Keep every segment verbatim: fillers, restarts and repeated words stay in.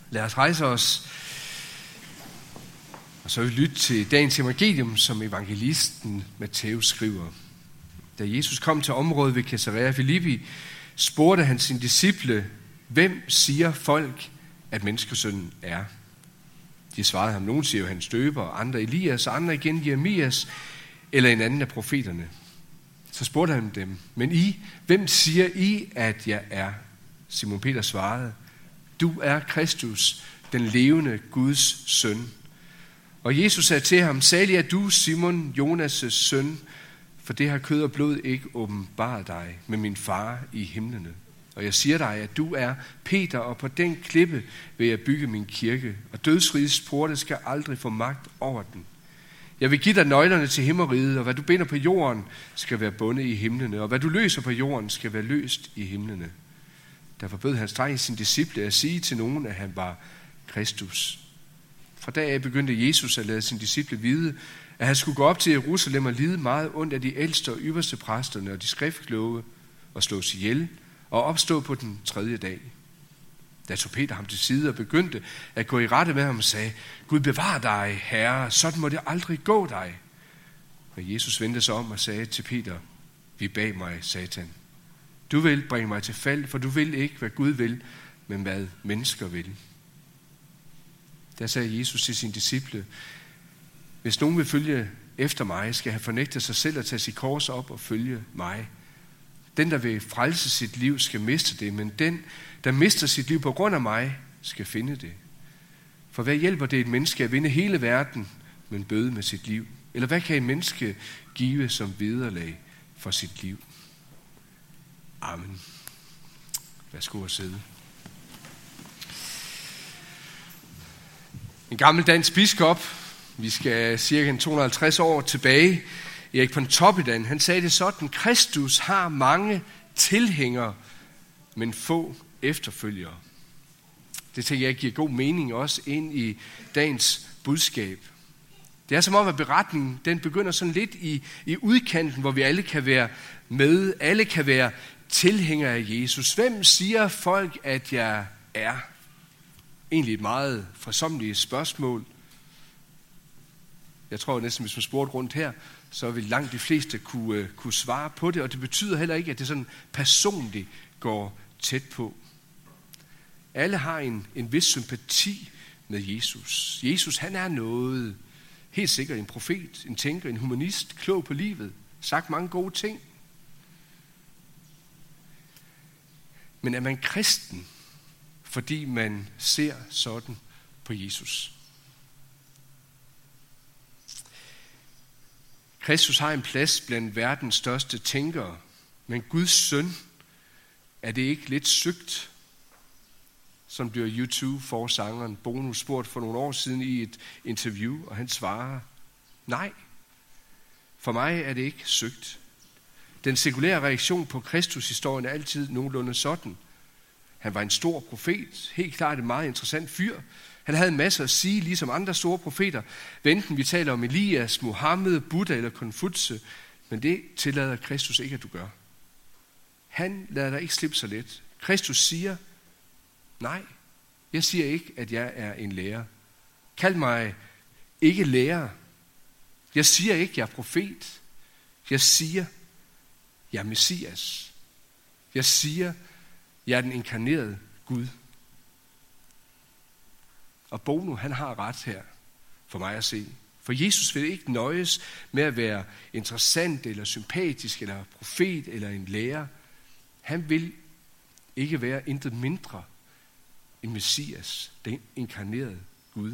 Lad os rejse os, og så vil vi lytte til dagens evangelium, som evangelisten Matthæus skriver. Da Jesus kom til området ved Caesarea Philippi, spurgte han sine disciple, hvem siger folk, at menneskesønnen er? De svarede ham, nogen siger Johannes Døber, andre Elias, andre igen Jeremias, eller en anden af profeterne. Så spurgte han dem, men I, hvem siger I, at jeg er? Simon Peter svarede, du er Kristus, den levende Guds søn. Og Jesus sagde til ham, salig er du, Simon, Jonas' søn, for det har kød og blod ikke åbenbaret dig med min far i himlene. Og jeg siger dig, at du er Peter, og på den klippe vil jeg bygge min kirke, og dødsrigets porte skal aldrig få magt over den. Jeg vil give dig nøglerne til himmeriget, og hvad du binder på jorden, skal være bundet i himlene, og hvad du løser på jorden, skal være løst i himlene. Derfor bød han streng sine disciple at sige til nogen, at han var Kristus. Fra dag af begyndte Jesus at lade sine disciple vide, at han skulle gå op til Jerusalem og lide meget ondt af de ældste og ypperste præsterne og de skriftkloge og slås ihjel og opstå på den tredje dag. Da tog Peter ham til side og begyndte at gå i rette med ham og sagde, Gud bevar dig, Herre, sådan må det aldrig gå dig. Og Jesus vendte sig om og sagde til Peter, vi bag mig, Satan. Du vil bringe mig til fald, for du vil ikke, hvad Gud vil, men hvad mennesker vil. Der sagde Jesus til sine disciple, hvis nogen vil følge efter mig, skal han fornægte sig selv og tage sit kors op og følge mig. Den, der vil frelse sit liv, skal miste det, men den, der mister sit liv på grund af mig, skal finde det. For hvad hjælper det et menneske at vinde hele verden, men bøde med sit liv? Eller hvad kan et menneske give som vederlag for sit liv? Amen. Værsgo at sidde. En gammel dansk biskop, vi skal cirka to hundrede og halvtreds år tilbage, Erik Pontoppidan, han sagde det sådan, Kristus har mange tilhængere, men få efterfølgere. Det tænker jeg giver god mening også ind i dagens budskab. Det er som om, at beretningen den begynder sådan lidt i, i udkanten, hvor vi alle kan være med, alle kan være tilhængere af Jesus. Hvem siger folk, at jeg er? Egentlig et meget fredsommeligt spørgsmål. Jeg tror næsten, hvis man spurgte rundt her, så vil langt de fleste kunne, kunne svare på det, og det betyder heller ikke, at det sådan personligt går tæt på. Alle har en, en vis sympati med Jesus. Jesus, han er noget, helt sikkert en profet, en tænker, en humanist, klog på livet, sagt mange gode ting. Men er man kristen, fordi man ser sådan på Jesus? Kristus har en plads blandt verdens største tænkere, men Guds søn, er det ikke lidt sygt? Som bliver U to-forsangeren Bono spurgt for nogle år siden i et interview, og han svarer, nej, for mig er det ikke sygt. Den sekulære reaktion på Kristus-historien er altid nogenlunde sådan. Han var en stor profet, helt klart en meget interessant fyr. Han havde en masse at sige, ligesom andre store profeter. Enten vi taler om Elias, Mohammed, Buddha eller Konfutse, men det tillader Kristus ikke, at du gør. Han lader dig ikke slippe så let. Kristus siger, nej, jeg siger ikke, at jeg er en lærer. Kald mig ikke lærer. Jeg siger ikke, jeg er profet. Jeg siger, jeg er Messias. Jeg siger, jeg er den inkarnerede Gud. Og Bono, han har ret her, for mig at se. For Jesus vil ikke nøjes med at være interessant, eller sympatisk, eller profet, eller en lærer. Han vil ikke være intet mindre end Messias, den inkarnerede Gud.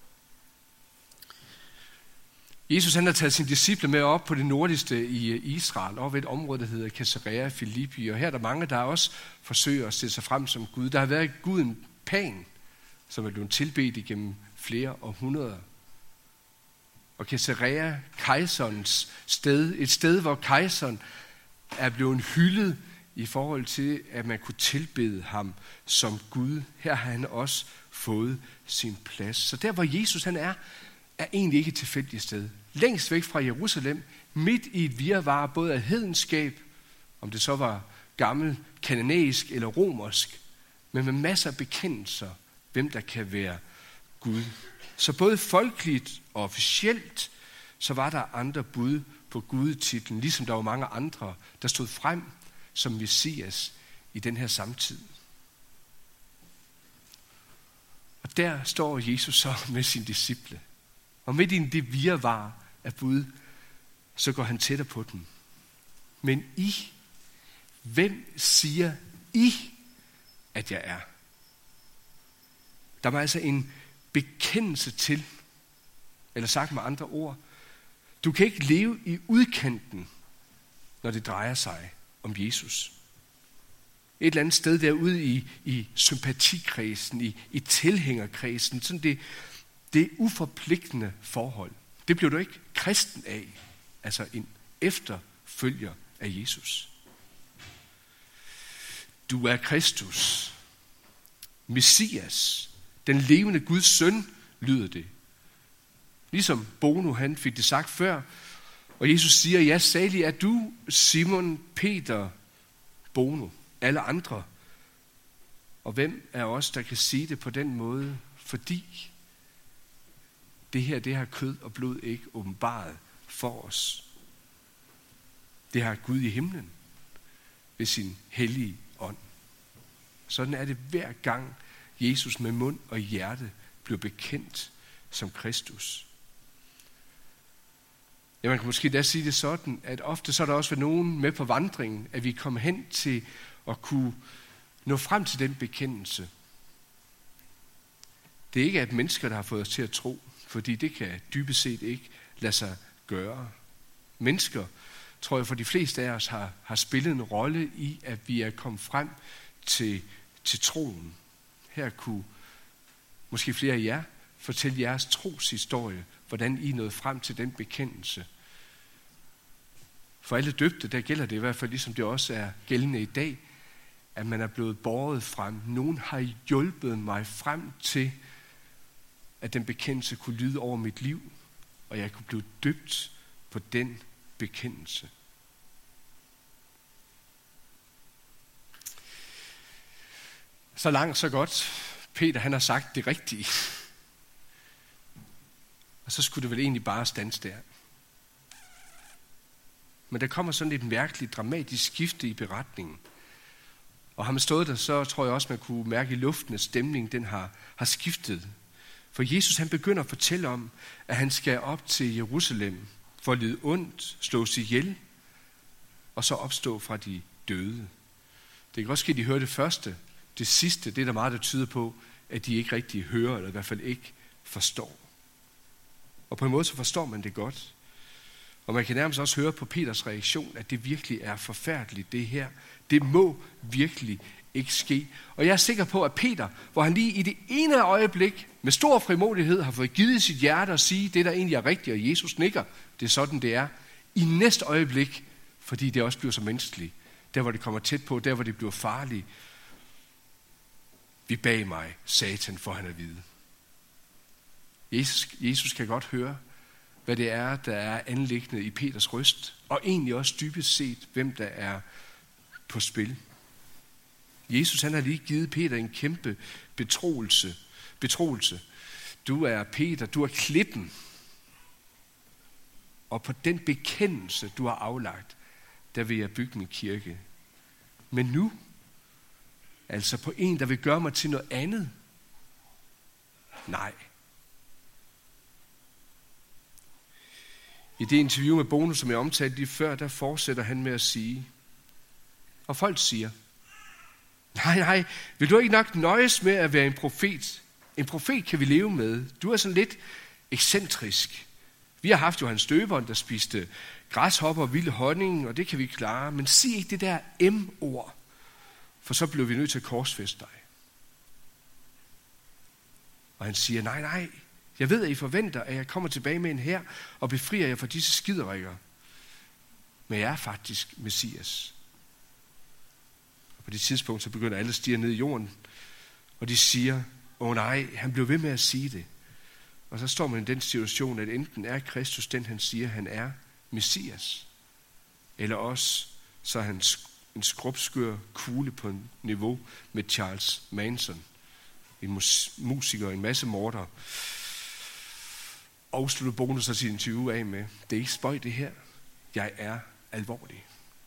Jesus han har taget sine disciple med op på det nordligste i Israel, over ved et område, der hedder Caesarea Philippi. Og her er der mange, der også forsøger at sætte sig frem som Gud. Der har været guden Pan, som er blevet tilbedt igennem flere århundreder. Og Caesarea, kejserens sted, et sted, hvor kejseren er blevet hyldet i forhold til, at man kunne tilbede ham som Gud. Her har han også fået sin plads. Så der, hvor Jesus han er, er egentlig ikke et tilfældigt sted. Længst væk fra Jerusalem, midt i et virvar, både af hedenskab, om det så var gammel, kananæisk eller romersk, men med masser af bekendelser, hvem der kan være Gud. Så både folkeligt og officielt, så var der andre bud på Gud-titlen, ligesom der var mange andre, der stod frem som Messias i den her samtid. Og der står Jesus så med sine disciple. Og midt i det virvar af bud, så går han tættere på dem. Men I, hvem siger I, at jeg er? Der var altså en bekendelse til, eller sagt med andre ord, du kan ikke leve i udkanten, når det drejer sig om Jesus. Et eller andet sted derude i, i sympatikredsen, i, i tilhængerkredsen, sådan det, det uforpligtende forhold. Det bliver du ikke kristen af, altså en efterfølger af Jesus. Du er Kristus, Messias, den levende Guds søn, lyder det. Ligesom Bono, han fik det sagt før, og Jesus siger, ja, salig er du, Simon Peter Bono, alle andre. Og hvem er os, der kan sige det på den måde? Fordi det her, det har kød og blod ikke åbenbaret for os. Det har Gud i himlen ved sin hellige ånd. Sådan er det hver gang Jesus med mund og hjerte bliver bekendt som Kristus. Ja, man kan måske da sige det sådan, at ofte så er der også været nogen med på vandringen, at vi kommer hen til at kunne nå frem til den bekendelse. Det er ikke at mennesker, der har fået os til at tro, fordi det kan dybest set ikke lade sig gøre. Mennesker, tror jeg for de fleste af os, har, har spillet en rolle i, at vi er kommet frem til, til troen. Her kunne måske flere af jer fortælle jeres troshistorie, hvordan I nåede frem til den bekendelse. For alle døbte, der gælder det i hvert fald, ligesom det også er gældende i dag, at man er blevet båret frem. Nogen har hjulpet mig frem til, at den bekendelse kunne lyde over mit liv, og jeg kunne blive døbt på den bekendelse. Så langt, så godt. Peter, han har sagt det rigtige. Og så skulle det vel egentlig bare stands der. Men der kommer sådan et mærkeligt, dramatisk skifte i beretningen. Og har man stået der, så tror jeg også, man kunne mærke i luften, at stemningen den har, har skiftet. For Jesus, han begynder at fortælle om, at han skal op til Jerusalem for at lide ondt, slås ihjel, og så opstå fra de døde. Det kan også ske, at de hører det første. Det sidste, det er der meget, der tyder på, at de ikke rigtig hører, eller i hvert fald ikke forstår. Og på en måde, så forstår man det godt. Og man kan nærmest også høre på Peters reaktion, at det virkelig er forfærdeligt, det her. Det må virkelig ikke ske. Og jeg er sikker på, at Peter, hvor han lige i det ene øjeblik, med stor frimodighed, har fået givet sit hjerte at sige, det der egentlig er rigtigt, og Jesus nikker, det er sådan, det er. I næste øjeblik, fordi det også bliver så menneskeligt, der hvor det kommer tæt på, der hvor det bliver farligt, vi bag mig, Satan, for han at vide. Jesus, Jesus kan godt høre, hvad det er, der er anliggende i Peters røst, og egentlig også dybest set, hvem der er på spil. Jesus, han har lige givet Peter en kæmpe betroelse. betroelse. Du er Peter, du er klippen. Og på den bekendelse, du har aflagt, der vil jeg bygge min kirke. Men nu, altså på en, der vil gøre mig til noget andet? Nej. I det interview med Bono, som jeg omtalte lige før, der fortsætter han med at sige, og folk siger, nej, nej, vil du ikke nok nøjes med at være en profet? En profet kan vi leve med. Du er sådan lidt ekscentrisk. Vi har haft Johannes Døberen, der spiste græshopper og vilde honning, og det kan vi klare. Men sig ikke det der M-ord, for så bliver vi nødt til at korsfæste dig. Og han siger, nej, nej, jeg ved, at I forventer, at jeg kommer tilbage med en hær og befrier jer fra disse skiderikker. Men jeg er faktisk Messias. Og på det tidspunkt, så begynder alle at stige ned i jorden, og de siger, åh nej, han blev ved med at sige det. Og så står man i den situation, at enten er Kristus den, han siger, han er Messias, eller også så er han en skrubskør kugle på en niveau med Charles Manson. en mus- musiker, en masse morder, og slutter Bono sin interview af med, det er ikke spøj det her, jeg er alvorlig.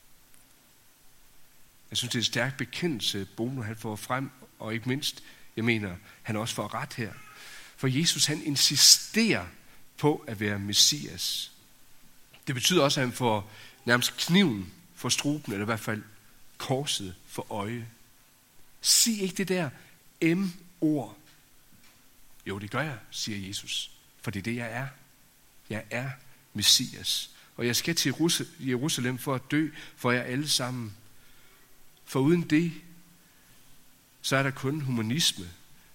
Jeg synes, det er en stærk bekendelse, Bono han får frem, og ikke mindst, jeg mener, han også får ret her. For Jesus han insisterer på at være Messias. Det betyder også, at han får nærmest kniven for struben, eller i hvert fald korset for øje. Sig ikke det der M-ord. Jo, det gør jeg, siger Jesus. For det er det, jeg er. Jeg er Messias. Og jeg skal til Jerusalem for at dø for jer alle sammen. For uden det, så er der kun humanisme,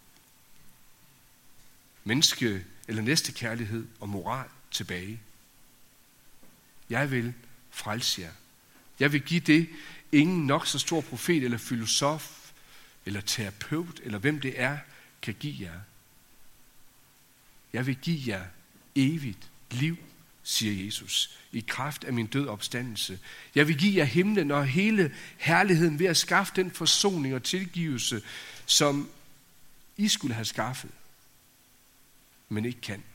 menneske- eller næstekærlighed og moral tilbage. Jeg vil frelse jer. Jeg vil give det, ingen nok så stor profet eller filosof eller terapeut eller hvem det er, kan give jer. Jeg vil give jer evigt liv, siger Jesus, i kraft af min død opstandelse. Jeg vil give jer himlen og hele herligheden ved at skaffe den forsoning og tilgivelse, som I skulle have skaffet, men ikke kan.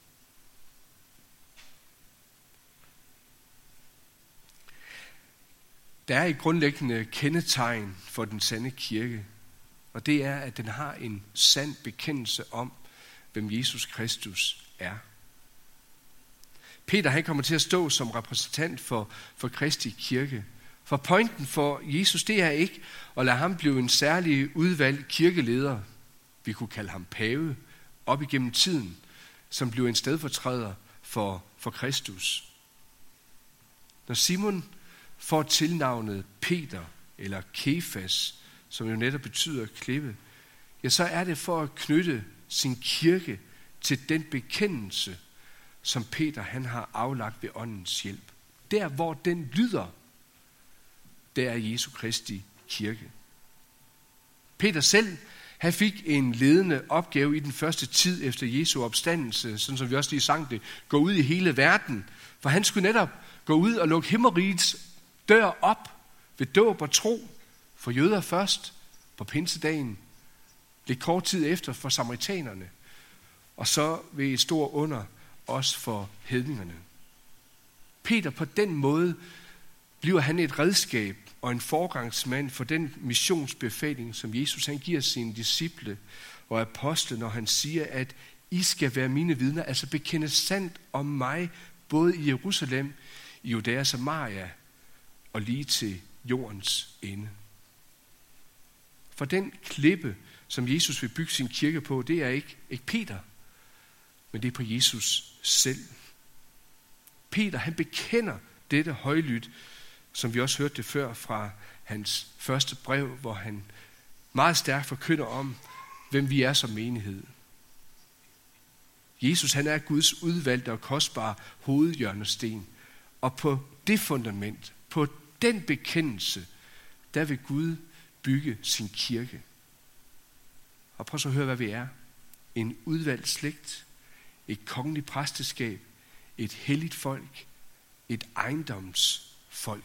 Der er et grundlæggende kendetegn for den sande kirke, og det er, at den har en sand bekendelse om, hvem Jesus Kristus er. Peter han kommer til at stå som repræsentant for, for Kristi kirke. For pointen for Jesus, det er ikke at lade ham blive en særlig udvalgt kirkeleder. Vi kunne kalde ham pave op igennem tiden, som blev en stedfortræder for, for Kristus. Når Simon får tilnavnet Peter eller Kefas, som jo netop betyder klippe, ja, så er det for at knytte sin kirke til den bekendelse, som Peter han har aflagt ved åndens hjælp. Der hvor den lyder, der er Jesu Kristi kirke. Peter selv, han fik en ledende opgave i den første tid efter Jesu opstandelse, sådan som vi også lige sang det, gå ud i hele verden. For han skulle netop gå ud og lukke himmerigets dør op ved dåb og tro, for jøder først på pinsedagen, lidt kort tid efter for samaritanerne, og så ved et stort under også for hedningerne. Peter på den måde bliver han et redskab og en forgangsmand for den missionsbefaling, som Jesus han giver sine disciple og apostle, når han siger, at I skal være mine vidner, altså bekende sandt om mig, både i Jerusalem, i Judæa, Samaria og lige til jordens ende. For den klippe, som Jesus vil bygge sin kirke på, det er ikke, ikke Peter, men det er på Jesus selv. Peter, han bekender dette højlydt, som vi også hørte det før fra hans første brev, hvor han meget stærkt forkynder om, hvem vi er som menighed. Jesus, han er Guds udvalgte og kostbare hovedhjørnesten, og på det fundament, på den bekendelse, der vil Gud bygge sin kirke. Og prøv så at høre, hvad vi er. En udvalgt slægt, et kongeligt præsteskab, et helligt folk, et ejendomsfolk.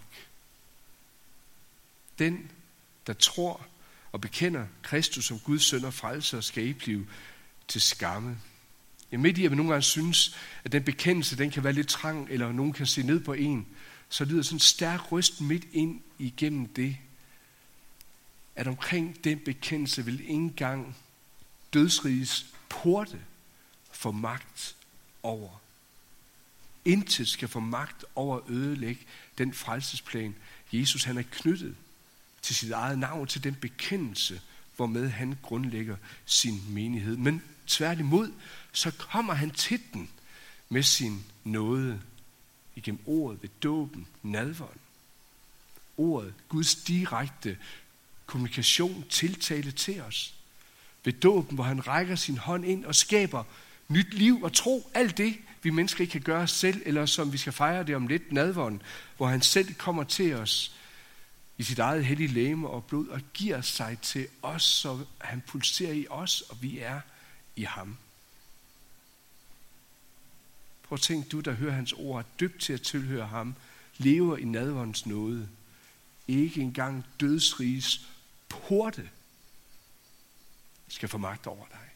Den, der tror og bekender Kristus som Guds søn og frelser, skal ikke blive til skamme. Ja, midt i, at vi nogle gange synes, at den bekendelse, den kan være lidt trang, eller nogen kan se ned på en, så lyder sådan en stærk røst midt ind igennem det, at omkring den bekendelse vil ikke engang dødsrigets porte få magt over. Intet skal få magt over at ødelægge den frelsesplan, Jesus han er knyttet til sit eget navn, til den bekendelse, hvormed han grundlægger sin menighed. Men tværtimod, så kommer han til den med sin nåde igennem ordet ved dåben, nadveren. Ordet, Guds direkte kommunikation, tiltale til os. Ved dåben, hvor han rækker sin hånd ind og skaber nyt liv og tro. Alt det, vi mennesker ikke kan gøre selv, eller som vi skal fejre det om lidt, nadveren, hvor han selv kommer til os i sit eget hellige legeme og blod og giver sig til os, så han pulserer i os, og vi er i ham. Prøv at tænk, du der hører hans ord, dybt til at tilhøre ham, lever i nadverens nåde. Ikke engang dødsriges porte skal få magt over dig.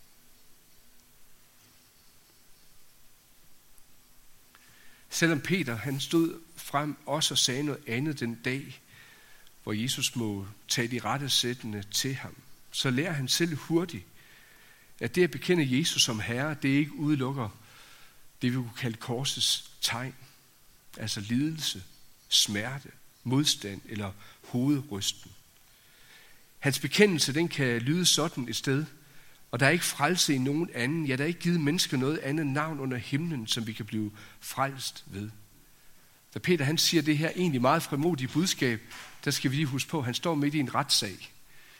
Selvom Peter han stod frem også og sagde noget andet den dag, hvor Jesus må tage de rette sættende til ham, så lærer han selv hurtigt, at det at bekende Jesus som Herre, det ikke udelukker det, vi kunne kalde korsets tegn. Altså lidelse, smerte, modstand eller hovedrysten. Hans bekendelse, den kan lyde sådan et sted, og der er ikke frelse i nogen anden. Ja, der er ikke givet mennesker noget andet navn under himlen, som vi kan blive frelst ved. Da Peter han siger det her egentlig meget frimodige budskab, der skal vi lige huske på, at han står midt i en retssag.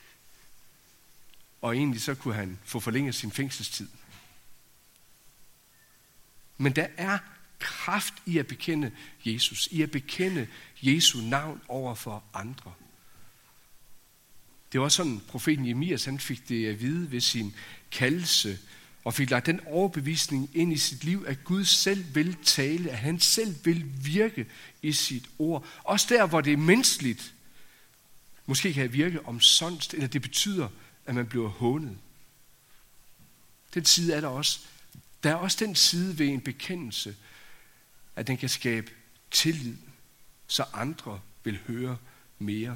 Og egentlig så kunne han få forlænget sin fængselstid. Men der er kraft i at bekende Jesus, i at bekende Jesu navn over for andre. Det var sådan, profeten Jeremias han fik det at vide ved sin kaldelse, og fik lagt den overbevisning ind i sit liv, at Gud selv vil tale, at han selv vil virke i sit ord. Også der, hvor det er menneskeligt, måske kan virke omsonst, eller det betyder, at man bliver hånet. Den side er der også. Der er også den side ved en bekendelse, at den kan skabe tillid, så andre vil høre mere.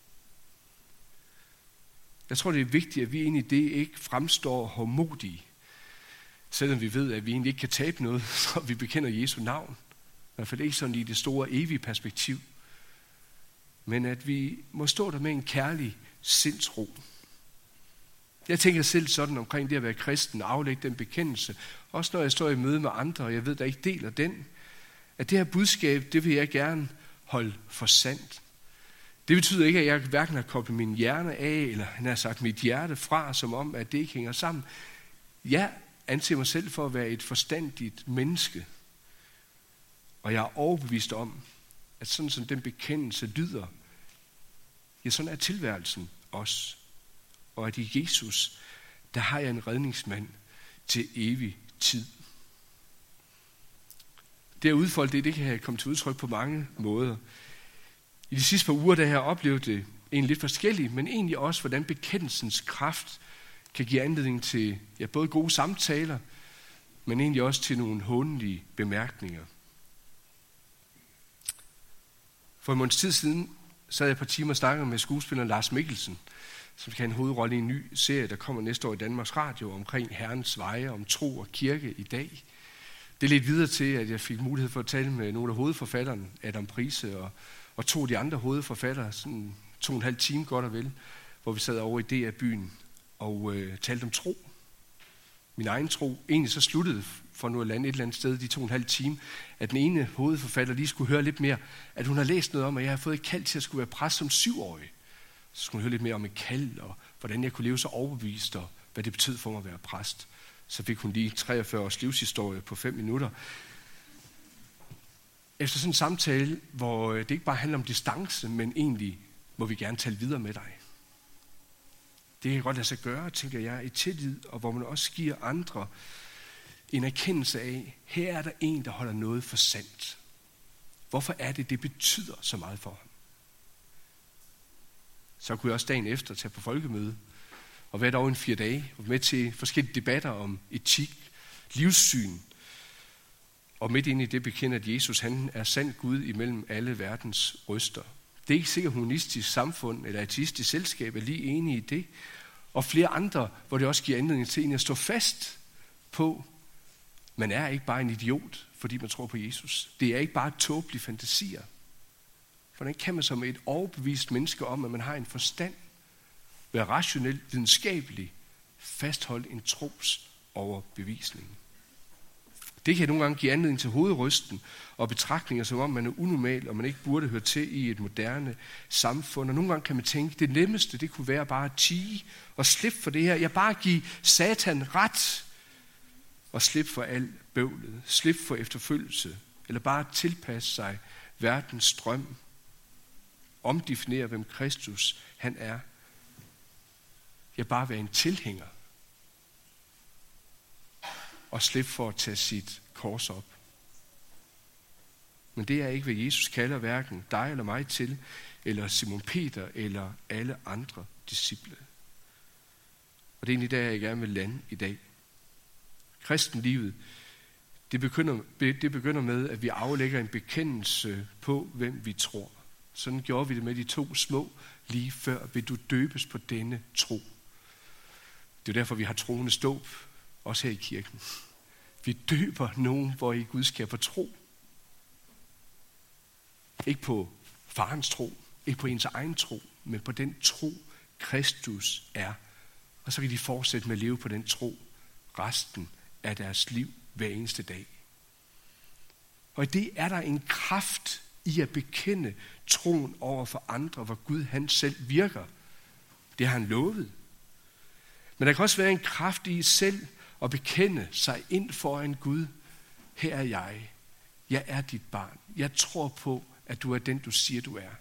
Jeg tror, det er vigtigt, at vi egentlig det ikke fremstår hårdmodige, selvom vi ved, at vi egentlig ikke kan tabe noget, så vi bekender Jesu navn. I hvert fald ikke sådan i det store evige perspektiv. Men at vi må stå der med en kærlig sindsro. Jeg tænker selv sådan omkring det at være kristen og aflægge den bekendelse. Også når jeg står i møde med andre, og jeg ved, der ikke deler den. At det her budskab, det vil jeg gerne holde for sandt. Det betyder ikke, at jeg hverken har koblet min hjerne af, eller han har sagt mit hjerte fra, som om, at det ikke hænger sammen. Jeg anser mig selv for at være et forstandigt menneske. Og jeg er overbevist om, at sådan som den bekendelse lyder, ja, sådan er tilværelsen også. Og at i Jesus, der har jeg en redningsmand til evig tid. Det at udfolde det, det kan jeg komme til udtryk på mange måder. I de sidste par uger, der har jeg oplevet det egentlig lidt forskelligt, men egentlig også, hvordan bekendelsens kraft kan give anledning til ja, både gode samtaler, men egentlig også til nogle hånlige bemærkninger. For en måneds tid siden sad jeg et par timer og snakkede med skuespilleren Lars Mikkelsen, som skal have en hovedrolle i en ny serie, der kommer næste år i Danmarks Radio omkring Herrens veje, om tro og kirke i dag. Det ledte videre til, at jeg fik mulighed for at tale med nogle af hovedforfatterne, Adam Prise og, og to af de andre hovedforfattere, sådan to og en halv time godt og vel, hvor vi sad over i D R-byen og øh, talte om tro. Min egen tro. Egentlig så sluttede for nu at lande et eller andet sted de to og en halv time, at den ene hovedforfatter lige skulle høre lidt mere, at hun har læst noget om, at jeg har fået et kald til at skulle være præst som syvårig. Så skulle hun høre lidt mere om et kald, og hvordan jeg kunne leve så overbevist, og hvad det betød for mig at være præst. Så fik hun lige treogfyrre års livshistorie på fem minutter. Efter sådan en samtale, hvor det ikke bare handler om distance, men egentlig må vi gerne tale videre med dig. Det kan godt lade sig gøre, tænker jeg, i tillid, og hvor man også giver andre en erkendelse af, her er der en, der holder noget for sandt. Hvorfor er det, det betyder så meget for ham? Så kunne jeg også dagen efter tage på folkemøde, og være over en fire dage, og med til forskellige debatter om etik, livssyn, og midt inde i det bekende, at Jesus han er sand Gud imellem alle verdens røster. Det er ikke sikkert humanistisk samfund eller ateistisk selskab er lige enige i det, og flere andre, hvor det også giver anledning til at stå fast på, man er ikke bare en idiot, fordi man tror på Jesus. Det er ikke bare tåbelige fantasier. Hvordan kan man som et overbevist menneske om, at man har en forstand, være rationelt, videnskabelig, fastholde en tros overbevisning? Det kan nogle gange give anledning til hovedrysten og betragtninger, som om man er unormal, og man ikke burde høre til i et moderne samfund. Og nogle gange kan man tænke, det nemmeste, det kunne være bare at tie og slippe for det her. Jeg bare give Satan ret og slippe for al bøvlet, slippe for efterfølgelse, eller bare tilpasse sig verdens drøm, omdefinere, hvem Kristus han er. Jeg bare være en tilhænger og slippe for at tage sit kors op. Men det er ikke, hvad Jesus kalder hverken dig eller mig til, eller Simon Peter eller alle andre disciple. Og det er egentlig der, jeg gerne vil lande i dag. Kristenlivet, det begynder, det begynder med, at vi aflægger en bekendelse på, hvem vi tror. Sådan gjorde vi det med de to små lige før. Vil du døbes på denne tro? Det er derfor, vi har troendes dåb, også her i kirken. Vi døber nogen, hvor I Gud skal på tro. Ikke på farens tro, ikke på ens egen tro, men på den tro, Kristus er. Og så kan de fortsætte med at leve på den tro resten af deres liv hver eneste dag. Og i det er der en kraft i at bekende troen over for andre, hvor Gud han selv virker. Det har han lovet. Men der kan også være en kraft i selv at bekende sig ind foran Gud. Her er jeg. Jeg er dit barn. Jeg tror på, at du er den, du siger, du er.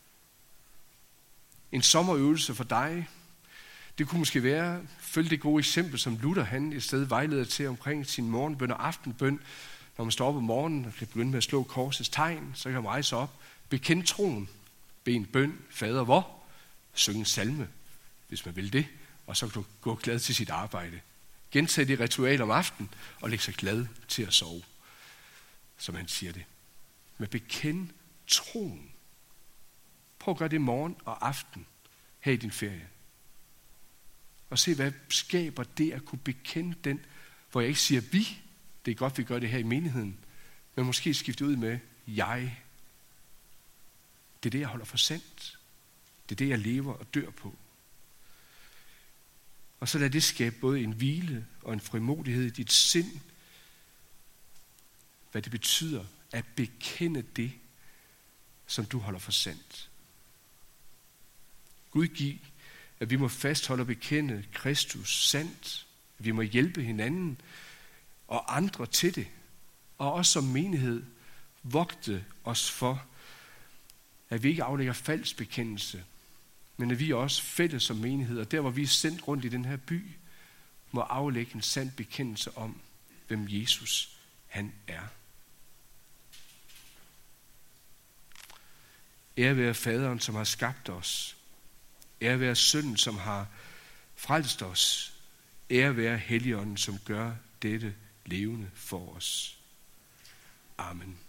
En sommerøvelse for dig, det kunne måske være, følg det gode eksempel, som Luther han et sted vejleder til omkring sin morgenbøn og aftenbøn. Når man står op om morgenen og kan begynde med at slå korsets tegn, så kan man rejse op, bekende troen, bede en bøn, fader hvor, synge en salme, hvis man vil det, og så kan du gå glad til sit arbejde. Gentage det ritual om aftenen, og lægge sig glad til at sove, som han siger det. Men bekend troen. Prøv at gøre det morgen og aften her i din ferie. Og se, hvad skaber det at kunne bekende den, hvor jeg ikke siger vi. Det er godt, vi gør det her i menigheden, men måske skifte ud med jeg. Det er det, jeg holder for sandt. Det er det, jeg lever og dør på. Og så lad det skabe både en hvile og en frimodighed i dit sind, hvad det betyder at bekende det, som du holder for sandt. Gud giv, at vi må fastholde og bekende Kristus sandt. Vi må hjælpe hinanden og andre til det. Og også som menighed vogte os for, at vi ikke aflægger falsk bekendelse, men at vi også fælles som menighed, og der hvor vi er sendt rundt i den her by, må aflægge en sand bekendelse om, hvem Jesus han er. Ære være faderen, som har skabt os. Ære være sønnen, som har frelst os. Ære være Helligånden, som gør dette levende for os. Amen.